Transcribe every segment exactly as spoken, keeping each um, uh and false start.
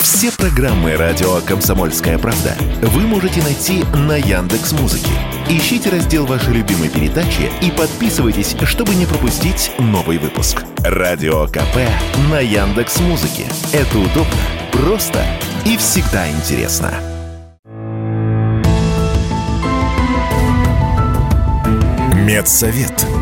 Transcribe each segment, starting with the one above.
Все программы радио «Комсомольская правда» вы можете найти на Яндекс.Музыке. Ищите раздел вашей любимой передачи и подписывайтесь, чтобы не пропустить новый выпуск. Радио КП на Яндекс.Музыке. Это удобно, просто и всегда интересно. Медсовет.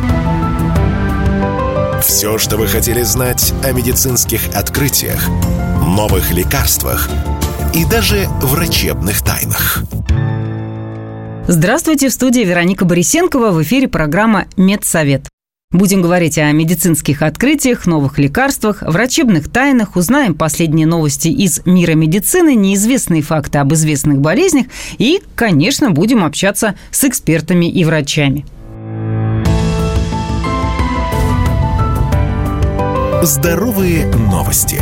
Все, что вы хотели знать о медицинских открытиях, новых лекарствах и даже врачебных тайнах. Здравствуйте, в студии Вероника Борисенкова, в эфире программа «Медсовет». Будем говорить о медицинских открытиях, новых лекарствах, врачебных тайнах, узнаем последние новости из мира медицины, неизвестные факты об известных болезнях и, конечно, будем общаться с экспертами и врачами. Здоровые новости.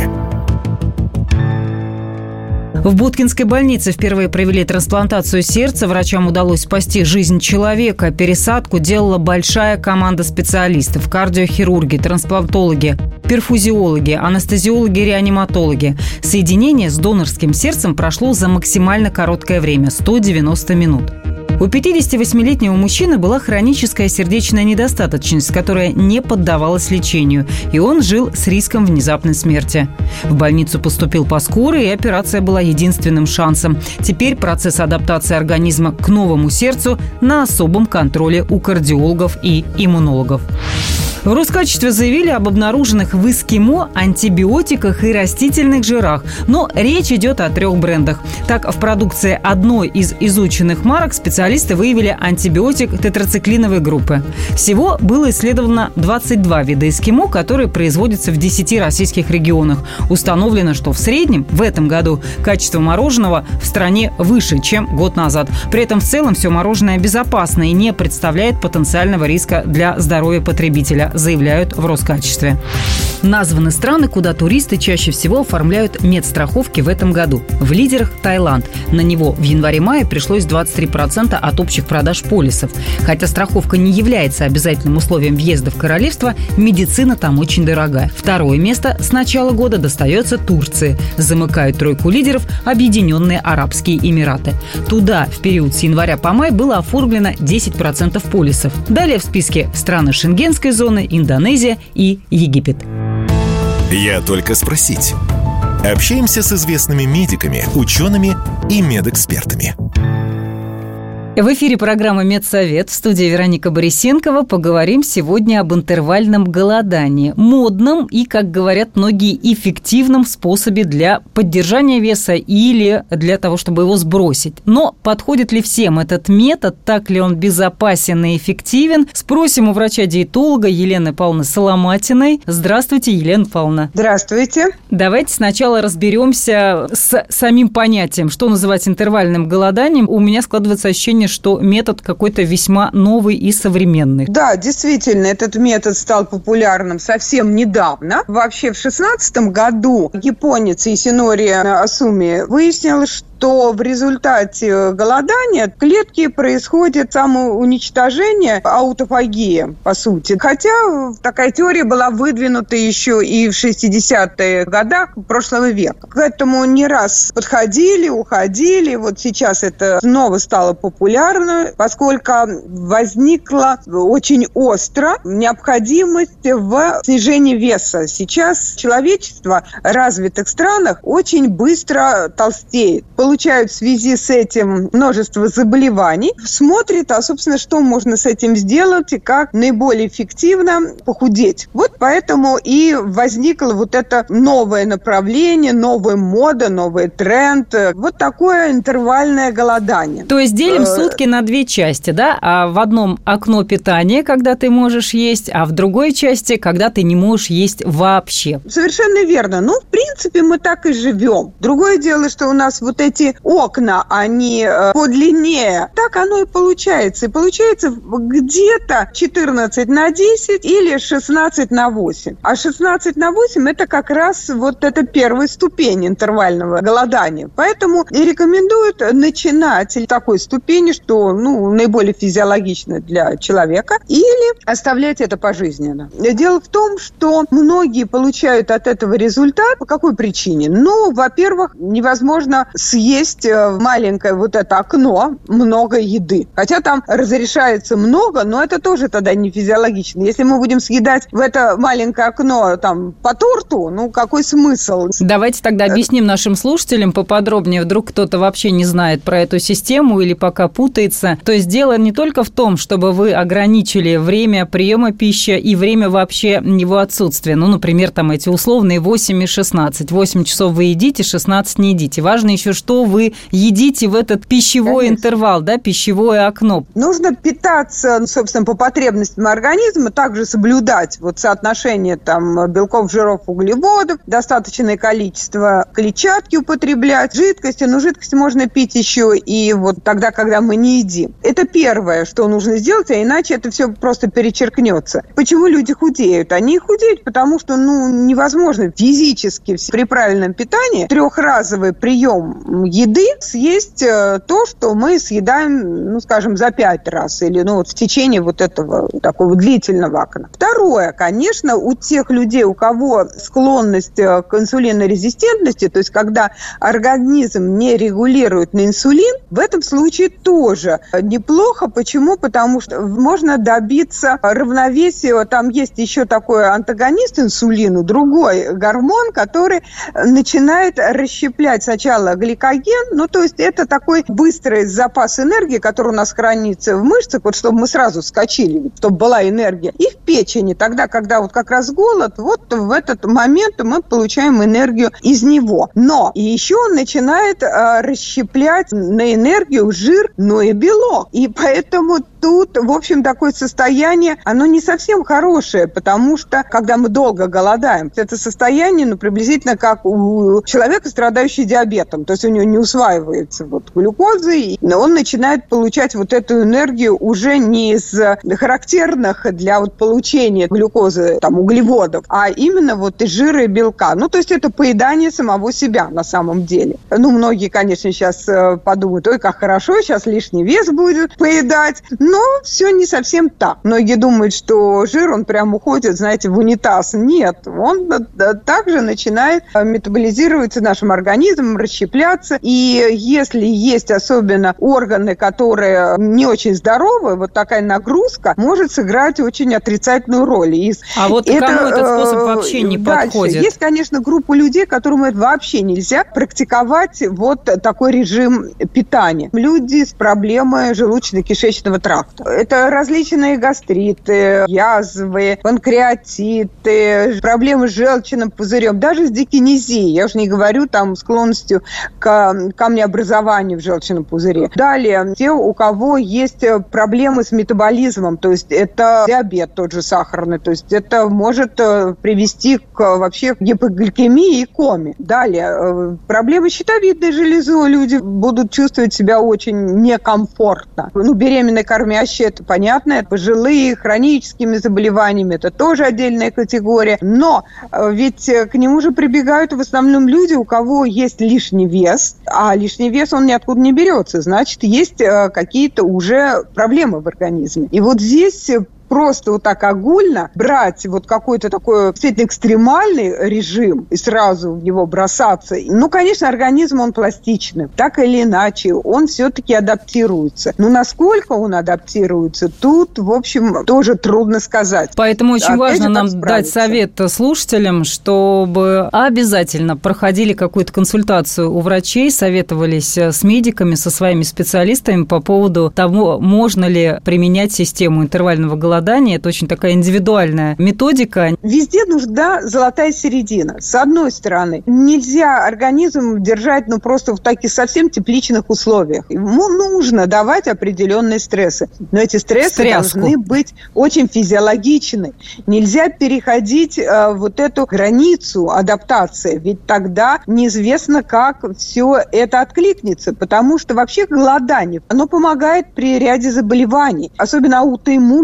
В Боткинской больнице впервые провели трансплантацию сердца. Врачам удалось спасти жизнь человека. Пересадку делала большая команда специалистов. Кардиохирурги, трансплантологи, перфузиологи, анестезиологи, реаниматологи. Соединение с донорским сердцем прошло за максимально короткое время – сто девяносто минут. У пятидесятивосьмилетнего мужчины была хроническая сердечная недостаточность, которая не поддавалась лечению, и он жил с риском внезапной смерти. В больницу поступил по скорой, и операция была единственным шансом. Теперь процесс адаптации организма к новому сердцу на особом контроле у кардиологов и иммунологов. В Роскачестве заявили об обнаруженных в эскимо антибиотиках и растительных жирах. Но речь идет о трех брендах. Так, в продукции одной из изученных марок специалисты выявили антибиотик тетрациклиновой группы. Всего было исследовано двадцать два вида эскимо, которые производятся в десяти российских регионах. Установлено, что в среднем в этом году качество мороженого в стране выше, чем год назад. При этом в целом все мороженое безопасно и не представляет потенциального риска для здоровья потребителя, заявляют в Роскачестве. Названы страны, куда туристы чаще всего оформляют медстраховки в этом году. В лидерах Таиланд. На него в январе-мае пришлось двадцать три процента от общих продаж полисов. Хотя страховка не является обязательным условием въезда в королевство, медицина там очень дорогая. Второе место с начала года достается Турции. Замыкают тройку лидеров Объединенные Арабские Эмираты. Туда в период с января по май было оформлено десять процентов полисов. Далее в списке страны Шенгенской зоны, Индонезия и Египет. Я только спросить. Общаемся с известными медиками, учеными и медэкспертами. В эфире программа «Медсовет», в студии Вероника Борисенкова. Поговорим сегодня об интервальном голодании. Модном и, как говорят многие, эффективном способе для поддержания веса или для того, чтобы его сбросить. Но подходит ли всем этот метод, так ли он безопасен и эффективен? Спросим у врача-диетолога Елены Павловны Соломатиной. Здравствуйте, Елена Павловна. Здравствуйте. Давайте сначала разберемся с самим понятием, что называть интервальным голоданием. У меня складывается ощущение, что метод какой-то весьма новый и современный. Да, действительно, этот метод стал популярным совсем недавно. Вообще в шестнадцатом году японец Исинори Асуми выяснил, что то в результате голодания клетки происходит самоуничтожение, аутофагия, по сути. Хотя такая теория была выдвинута еще и в шестидесятых годах прошлого века. К этому не раз подходили, уходили. Вот сейчас это снова стало популярно, поскольку возникла очень остро необходимость в снижении веса. Сейчас человечество в развитых странах очень быстро толстеет. Получают в связи с этим множество заболеваний, смотрят, а, собственно, что можно с этим сделать и как наиболее эффективно похудеть. Вот поэтому и возникло вот это новое направление, новая мода, новый тренд. Вот такое интервальное голодание. То есть делим сутки на две части, да? А в одном окно питания, когда ты можешь есть, а в другой части, когда ты не можешь есть вообще. Совершенно верно. Ну, в принципе, мы так и живем. Другое дело, что у нас вот эти окна, они э, подлиннее. Так оно и получается. И получается где-то четырнадцать на десять или шестнадцать на восемь. А шестнадцать на восемь – это как раз вот эта первая ступень интервального голодания. Поэтому и рекомендуют начинать с такой ступени, что ну, наиболее физиологично для человека, или оставлять это пожизненно. Дело в том, что многие получают от этого результат. По какой причине? Ну, во-первых, невозможно съесть в маленькое вот это окно много еды. Хотя там разрешается много, но это тоже тогда не физиологично. Если мы будем съедать в это маленькое окно там по торту, ну, какой смысл? Давайте тогда объясним нашим слушателям поподробнее. Вдруг кто-то вообще не знает про эту систему или пока путается. То есть дело не только в том, чтобы вы ограничили время приема пищи и время вообще его отсутствия. Ну, например, там эти условные восемь и шестнадцать. восемь часов вы едите, шестнадцать не едите. Важно еще, что вы едите в этот пищевой Конечно. интервал, да, пищевое окно. Нужно питаться, собственно, по потребностям организма, также соблюдать вот соотношение там белков, жиров, углеводов, достаточное количество клетчатки употреблять, жидкости. Но жидкости можно пить еще и вот тогда, когда мы не едим. Это первое, что нужно сделать, а иначе это все просто перечеркнется. Почему люди худеют? Они худеют, потому что ну, невозможно физически при правильном питании трехразовый прием еды съесть то, что мы съедаем, ну, скажем, за пять раз или ну, вот в течение вот этого такого длительного окна. Второе, конечно, у тех людей, у кого склонность к инсулинорезистентности, то есть когда организм не реагирует на инсулин, в этом случае тоже неплохо. Почему? Потому что можно добиться равновесия. Там есть еще такой антагонист инсулину, другой гормон, который начинает расщеплять сначала гликоген, ну, то есть это такой быстрый запас энергии, который у нас хранится в мышцах, вот чтобы мы сразу вскочили, чтобы была энергия, и в печени. Тогда, когда вот как раз голод, вот в этот момент мы получаем энергию из него. Но еще он начинает э, расщеплять на энергию жир, но и белок. И поэтому тут, в общем, такое состояние, оно не совсем хорошее, потому что, когда мы долго голодаем, это состояние, ну, приблизительно как у человека, страдающего диабетом. То есть у него не усваивается вот глюкоза, и он начинает получать вот эту энергию уже не из характерных для вот получения глюкозы, там, углеводов, а именно вот из жира и белка. Ну, то есть это поедание самого себя на самом деле. Ну, многие, конечно, сейчас подумают, ой, как хорошо, сейчас лишний вес будет поедать. Но все не совсем так. Многие думают, что жир, он прям уходит, знаете, в унитаз. Нет, он также начинает метаболизироваться нашим организмом, расщепляться. И если есть особенно органы, которые не очень здоровы, вот такая нагрузка может сыграть очень отрицательную роль. И а вот это, кому этот способ вообще не дальше. подходит? Есть, конечно, группа людей, которым это вообще нельзя практиковать вот такой режим питания. Люди с проблемой желудочно-кишечного тракта. Это различные гастриты, язвы, панкреатиты, проблемы с желчным пузырем, даже с дикинезией. Я уже не говорю там склонностью к камнеобразованию в желчном пузыре. Далее, те, у кого есть проблемы с метаболизмом, то есть это диабет тот же сахарный, то есть это может привести к вообще гипогликемии и коме. Далее, проблемы с щитовидной железой, люди будут чувствовать себя очень некомфортно. Ну, беременные кормящие, это понятно, это пожилые, хроническими заболеваниями, это тоже отдельная категория. Но ведь к нему же прибегают в основном люди, у кого есть лишний вес, а лишний вес, он ниоткуда не берется. Значит, есть какие-то уже проблемы в организме. И вот здесь просто вот так огульно брать вот какой-то такой действительно экстремальный режим и сразу в него бросаться. Ну, конечно, организм, он пластичный. Так или иначе, он все-таки адаптируется. Но насколько он адаптируется, тут, в общем, тоже трудно сказать. Поэтому очень Опять важно нам дать совет слушателям, чтобы обязательно проходили какую-то консультацию у врачей, советовались с медиками, со своими специалистами по поводу того, можно ли применять систему интервального голодания. Это очень такая индивидуальная методика. Везде нужна золотая середина. С одной стороны, нельзя организм держать ну, просто в таких совсем тепличных условиях. Ему нужно давать определенные стрессы. Но эти стрессы Стряску. должны быть очень физиологичны. Нельзя переходить э, вот эту границу адаптации. Ведь тогда неизвестно, как все это откликнется. Потому что вообще голодание, оно помогает при ряде заболеваний. Особенно аутоиммунных заболеваний.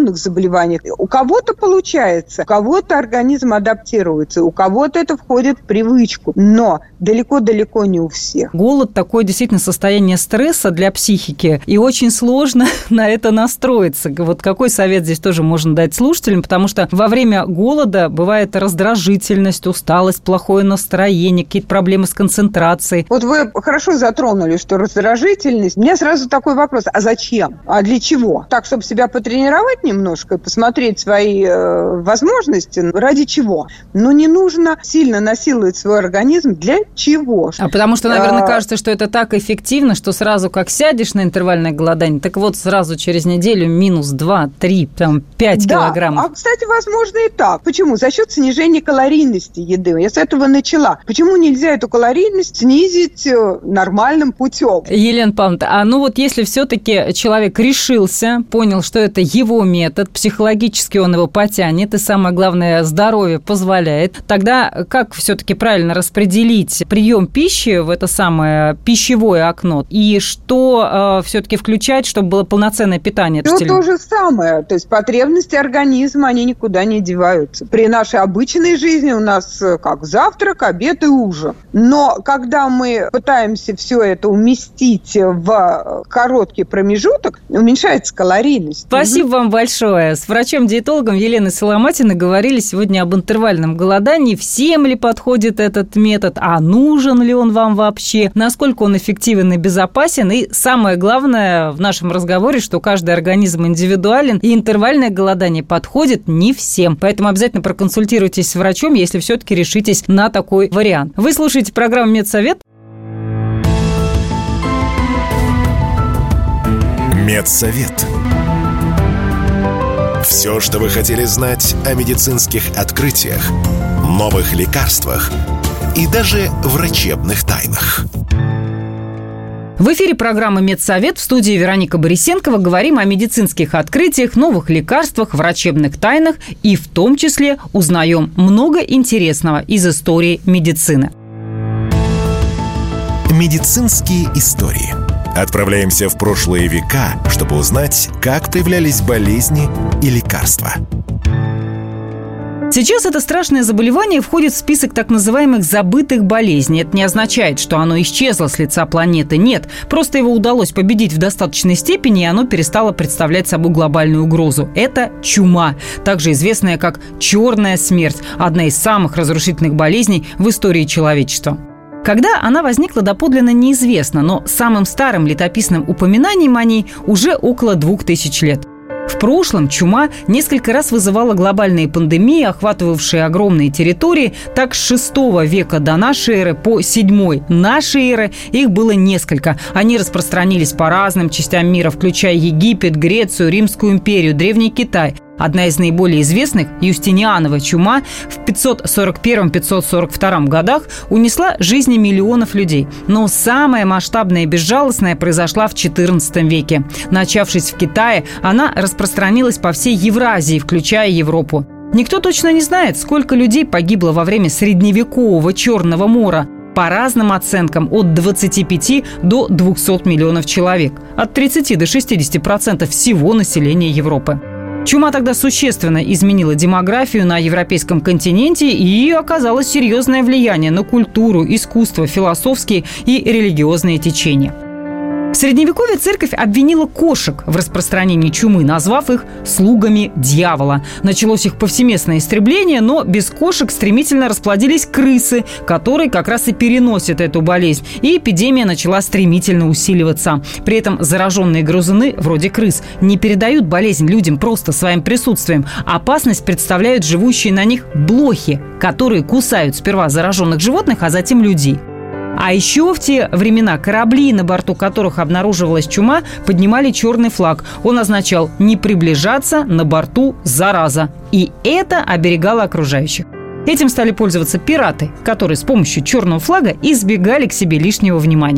заболеваниях. У кого-то получается, у кого-то организм адаптируется, у кого-то это входит в привычку, но далеко-далеко не у всех. Голод – такое действительно состояние стресса для психики, и очень сложно на это настроиться. Вот какой совет здесь тоже можно дать слушателям, потому что во время голода бывает раздражительность, усталость, плохое настроение, какие-то проблемы с концентрацией. Вот вы хорошо затронули, что раздражительность. У меня сразу такой вопрос: а зачем? А для чего? Так, чтобы себя потренировать немножко, посмотреть свои э, возможности. Ради чего? Но не нужно сильно насиловать свой организм. Для чего? А потому что, наверное, а... кажется, что это так эффективно, что сразу как сядешь на интервальное голодание, так вот сразу через неделю минус два, три, там, пять да. килограммов. А, кстати, возможно и так. Почему? За счет снижения калорийности еды. Я с этого начала. Почему нельзя эту калорийность снизить нормальным путем? Елена Павловна, а ну вот если все-таки человек решился, понял, что это его метод, психологически он его потянет, и самое главное, здоровье позволяет, тогда как все-таки правильно распределить прием пищи в это самое пищевое окно? И что э, все-таки включать, чтобы было полноценное питание? Ну, то же самое. То есть потребности организма, они никуда не деваются. При нашей обычной жизни у нас как завтрак, обед и ужин. Но когда мы пытаемся все это уместить в короткий промежуток, уменьшается калорийность. Спасибо угу. вам большое. С врачом-диетологом Еленой Соломатиной говорили сегодня об интервальном голодании. Всем ли подходит этот метод? А нужен ли он вам вообще? Насколько он эффективен и безопасен? И самое главное в нашем разговоре, что каждый организм индивидуален, и интервальное голодание подходит не всем. Поэтому обязательно проконсультируйтесь с врачом, если все-таки решитесь на такой вариант. Вы слушаете программу «Медсовет». Медсовет. Все, что вы хотели знать о медицинских открытиях, новых лекарствах и даже врачебных тайнах. В эфире программы «Медсовет», в студии Вероника Борисенкова. Говорим о медицинских открытиях, новых лекарствах, врачебных тайнах и в том числе узнаем много интересного из истории медицины. Медицинские истории. Отправляемся в прошлые века, чтобы узнать, как появлялись болезни и лекарства. Сейчас это страшное заболевание входит в список так называемых забытых болезней. Это не означает, что оно исчезло с лица планеты. Нет, просто его удалось победить в достаточной степени, и оно перестало представлять собой глобальную угрозу. Это чума, также известная как «черная смерть», одна из самых разрушительных болезней в истории человечества. Когда она возникла, доподлинно неизвестно, но самым старым летописным упоминанием о ней уже около двух тысяч лет. В прошлом чума несколько раз вызывала глобальные пандемии, охватывавшие огромные территории. Так, с шестого века до нашей эры по седьмой нашей эры их было несколько. Они распространились по разным частям мира, включая Египет, Грецию, Римскую империю, Древний Китай. Одна из наиболее известных, Юстинианова чума, в пятьсот сорок первом - пятьсот сорок втором годах унесла жизни миллионов людей. Но самая масштабная и безжалостная произошла в четырнадцатом веке. Начавшись в Китае, она распространилась по всей Евразии, включая Европу. Никто точно не знает, сколько людей погибло во время средневекового Черного мора. По разным оценкам, от двадцати пяти до двухсот миллионов человек. От тридцати до шестидесяти процентов всего населения Европы. Чума тогда существенно изменила демографию на европейском континенте и оказала серьезное влияние на культуру, искусство, философские и религиозные течения. В Средневековье церковь обвинила кошек в распространении чумы, назвав их «слугами дьявола». Началось их повсеместное истребление, но без кошек стремительно расплодились крысы, которые как раз и переносят эту болезнь. И эпидемия начала стремительно усиливаться. При этом зараженные грызуны, вроде крыс, не передают болезнь людям просто своим присутствием. Опасность представляют живущие на них блохи, которые кусают сперва зараженных животных, а затем людей. А еще в те времена корабли, на борту которых обнаруживалась чума, поднимали черный флаг. Он означал «не приближаться, на борту зараза». И это оберегало окружающих. Этим стали пользоваться пираты, которые с помощью черного флага избегали к себе лишнего внимания.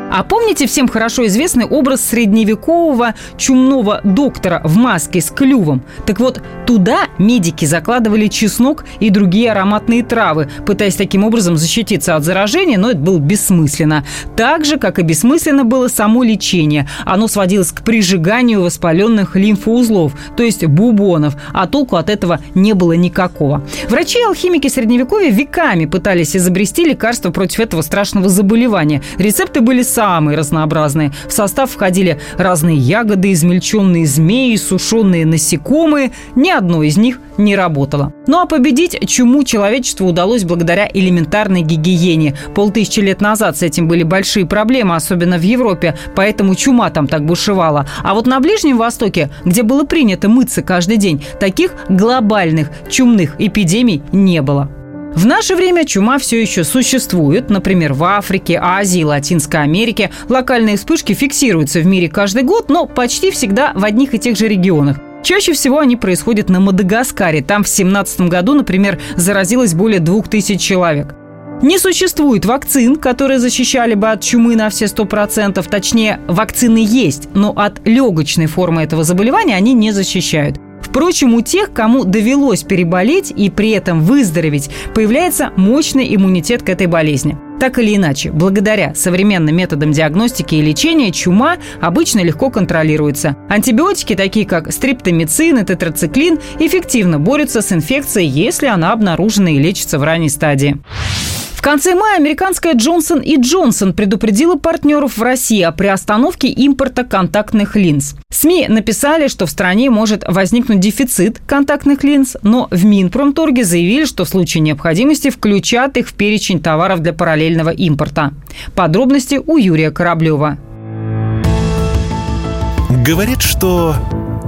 А помните всем хорошо известный образ средневекового чумного доктора в маске с клювом? Так вот, туда медики закладывали чеснок и другие ароматные травы, пытаясь таким образом защититься от заражения, но это было бессмысленно. Так же, как и бессмысленно было само лечение. Оно сводилось к прижиганию воспаленных лимфоузлов, то есть бубонов, а толку от этого не было никакого. Врачи и алхимики Средневековья веками пытались изобрести лекарства против этого страшного заболевания. Рецепты были самые разнообразные. В состав входили разные ягоды, измельченные змеи, сушеные насекомые. Ни одно из них не работало. Ну а победить чуму человечеству удалось благодаря элементарной гигиене. Полтысячи лет назад с этим были большие проблемы, особенно в Европе, поэтому чума там так бушевала. А вот на Ближнем Востоке, где было принято мыться каждый день, таких глобальных чумных эпидемий не было. В наше время чума все еще существует. Например, в Африке, Азии, Латинской Америке. Локальные вспышки фиксируются в мире каждый год, но почти всегда в одних и тех же регионах. Чаще всего они происходят на Мадагаскаре. Там в семнадцатом году, например, заразилось более двух тысяч человек. Не существует вакцин, которые защищали бы от чумы на все сто процентов. Точнее, вакцины есть, но от легочной формы этого заболевания они не защищают. Впрочем, у тех, кому довелось переболеть и при этом выздороветь, появляется мощный иммунитет к этой болезни. Так или иначе, благодаря современным методам диагностики и лечения чума обычно легко контролируется. Антибиотики, такие как стриптомицин и тетрациклин, эффективно борются с инфекцией, если она обнаружена и лечится в ранней стадии. В конце мая американская Джонсон и Джонсон предупредила партнеров в России о приостановке импорта контактных линз. СМИ написали, что в стране может возникнуть дефицит контактных линз, но в Минпромторге заявили, что в случае необходимости включат их в перечень товаров для параллельного импорта. Подробности у Юрия Кораблева. Говорит, что...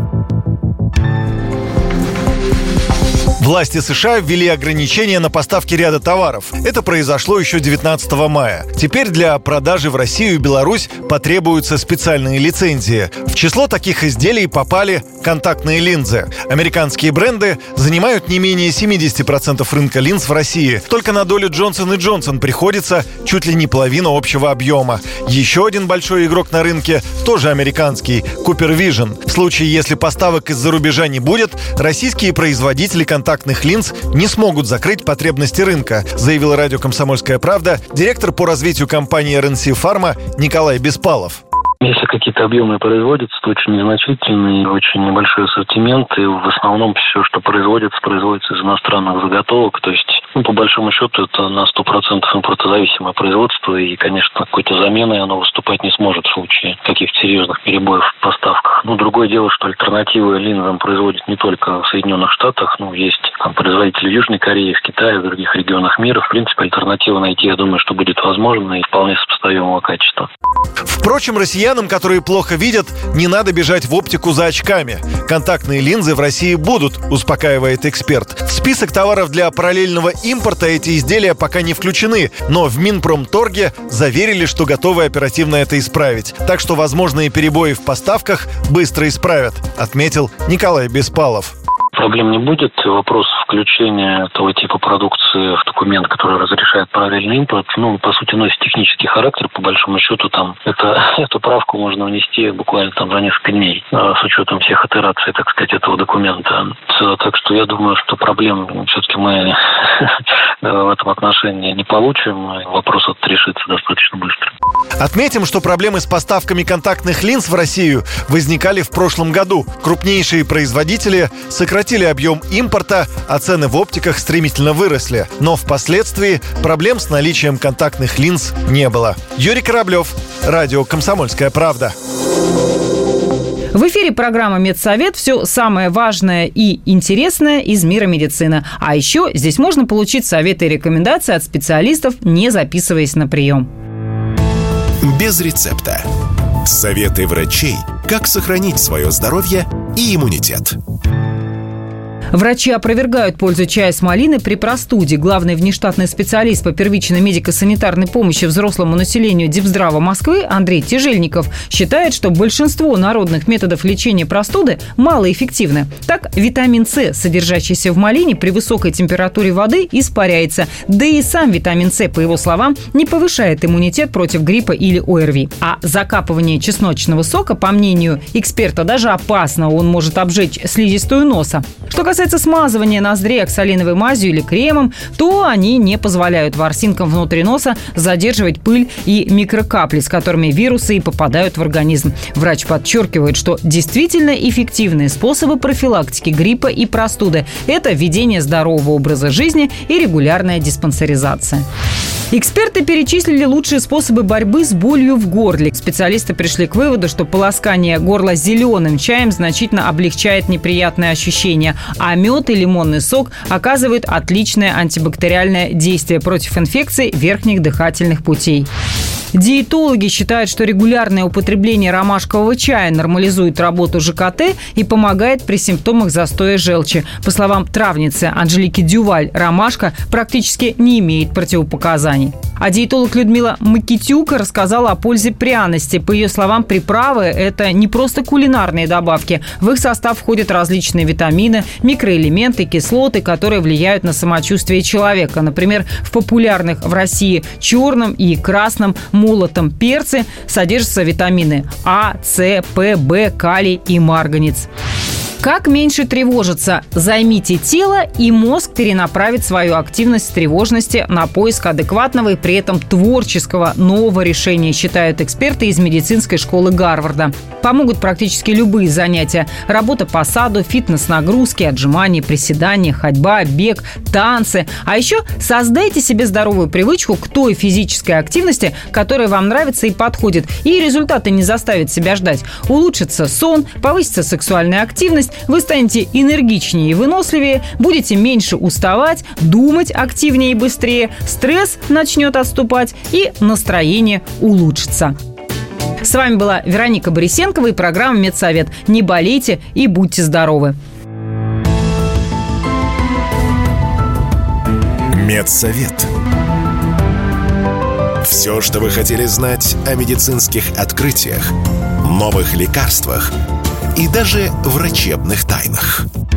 Власти США ввели ограничения на поставки ряда товаров. Это произошло еще девятнадцатого мая. Теперь для продажи в Россию и Беларусь потребуются специальные лицензии. В число таких изделий попали контактные линзы. Американские бренды занимают не менее семьдесят процентов рынка линз в России. Только на долю Джонсон и Джонсон приходится чуть ли не половина общего объема. Еще один большой игрок на рынке, тоже американский, Cooper Vision. В случае, если поставок из-за рубежа не будет, российские производители контактных линз не смогут закрыть потребности рынка, заявил радио «Комсомольская правда» директор по развитию компании эр эн си Pharma Николай Беспалов. Если какие-то объемы производятся, то очень незначительные, очень небольшой ассортимент, и в основном все, что производится, производится из иностранных заготовок, то есть, ну, по большому счету, это на сто процентов импортозависимое производство, и, конечно, какой-то заменой оно выступать не сможет в случае каких-то серьезных перебоев в поставках. Ну, другое дело, что альтернативы линзам производят не только в Соединенных Штатах, ну, есть там производители в Южной Корее, в Китае, в других регионах мира. В принципе, альтернативы найти, я думаю, что будет возможно и вполне сопоставимого качества. Впрочем, россиянам, которые плохо видят, не надо бежать в оптику за очками. Контактные линзы в России будут, успокаивает эксперт. В список товаров для параллельного импорта эти изделия пока не включены, но в Минпромторге заверили, что готовы оперативно это исправить. Так что возможные перебои в поставках быстро исправят, отметил Николай Беспалов. Проблем не будет. Вопрос включения этого типа продукции в документ, который разрешает параллельный импорт, ну, по сути, носит технический характер. По большому счету, там, это, эту правку можно внести буквально там за несколько дней с учетом всех итераций, так сказать, этого документа. Так что я думаю, что проблем все-таки мы в этом отношении не получим. Вопрос этот решится достаточно быстро. Отметим, что проблемы с поставками контактных линз в Россию возникали в прошлом году. Крупнейшие производители сократили объем импорта, а цены в оптиках стремительно выросли. Но впоследствии проблем с наличием контактных линз не было. Юрий Кораблев, радио «Комсомольская правда». В эфире программа «Медсовет». Все самое важное и интересное из мира медицины. А еще здесь можно получить советы и рекомендации от специалистов, не записываясь на прием. Без рецепта. Советы врачей, как сохранить свое здоровье и иммунитет. Врачи опровергают пользу чая с малиной при простуде. Главный внештатный специалист по первичной медико-санитарной помощи взрослому населению Дипздрава Москвы Андрей Тяжельников считает, что большинство народных методов лечения простуды малоэффективны. Так, витамин С, содержащийся в малине, при высокой температуре воды испаряется. Да и сам витамин С, по его словам, не повышает иммунитет против гриппа или ОРВИ. А закапывание чесночного сока, по мнению эксперта, даже опасно. Он может обжечь слизистую носа. Что касается смазывания ноздрей оксалиновой мазью или кремом, то они не позволяют ворсинкам внутри носа задерживать пыль и микрокапли, с которыми вирусы и попадают в организм. Врач подчеркивает, что действительно эффективные способы профилактики гриппа и простуды – это ведение здорового образа жизни и регулярная диспансеризация. Эксперты перечислили лучшие способы борьбы с болью в горле. Специалисты пришли к выводу, что полоскание горла зеленым чаем значительно облегчает неприятные ощущения, а мед и лимонный сок оказывают отличное антибактериальное действие против инфекций верхних дыхательных путей. Диетологи считают, что регулярное употребление ромашкового чая нормализует работу ЖКТ и помогает при симптомах застоя желчи. По словам травницы Анжелики Дюваль, ромашка практически не имеет противопоказаний. А диетолог Людмила Макитюк рассказала о пользе пряности. По ее словам, приправы – это не просто кулинарные добавки. В их состав входят различные витамины, микроэлементы, кислоты, которые влияют на самочувствие человека. Например, в популярных в России черном и красном молотом перце содержатся витамины А, С, П, В, калий и марганец. Как меньше тревожиться? Займите тело, и мозг перенаправит свою активность тревожности на поиск адекватного и при этом творческого нового решения, считают эксперты из медицинской школы Гарварда. Помогут практически любые занятия. Работа по саду, фитнес-нагрузки, отжимания, приседания, ходьба, бег, танцы. А еще создайте себе здоровую привычку к той физической активности, которая вам нравится и подходит. И результаты не заставят себя ждать. Улучшится сон, повысится сексуальная активность, вы станете энергичнее и выносливее, будете меньше уставать, думать активнее и быстрее, стресс начнет отступать и настроение улучшится. С вами была Вероника Борисенкова и программа «Медсовет». Не болейте и будьте здоровы. Медсовет. Все, что вы хотели знать о медицинских открытиях, новых лекарствах и даже врачебных тайнах.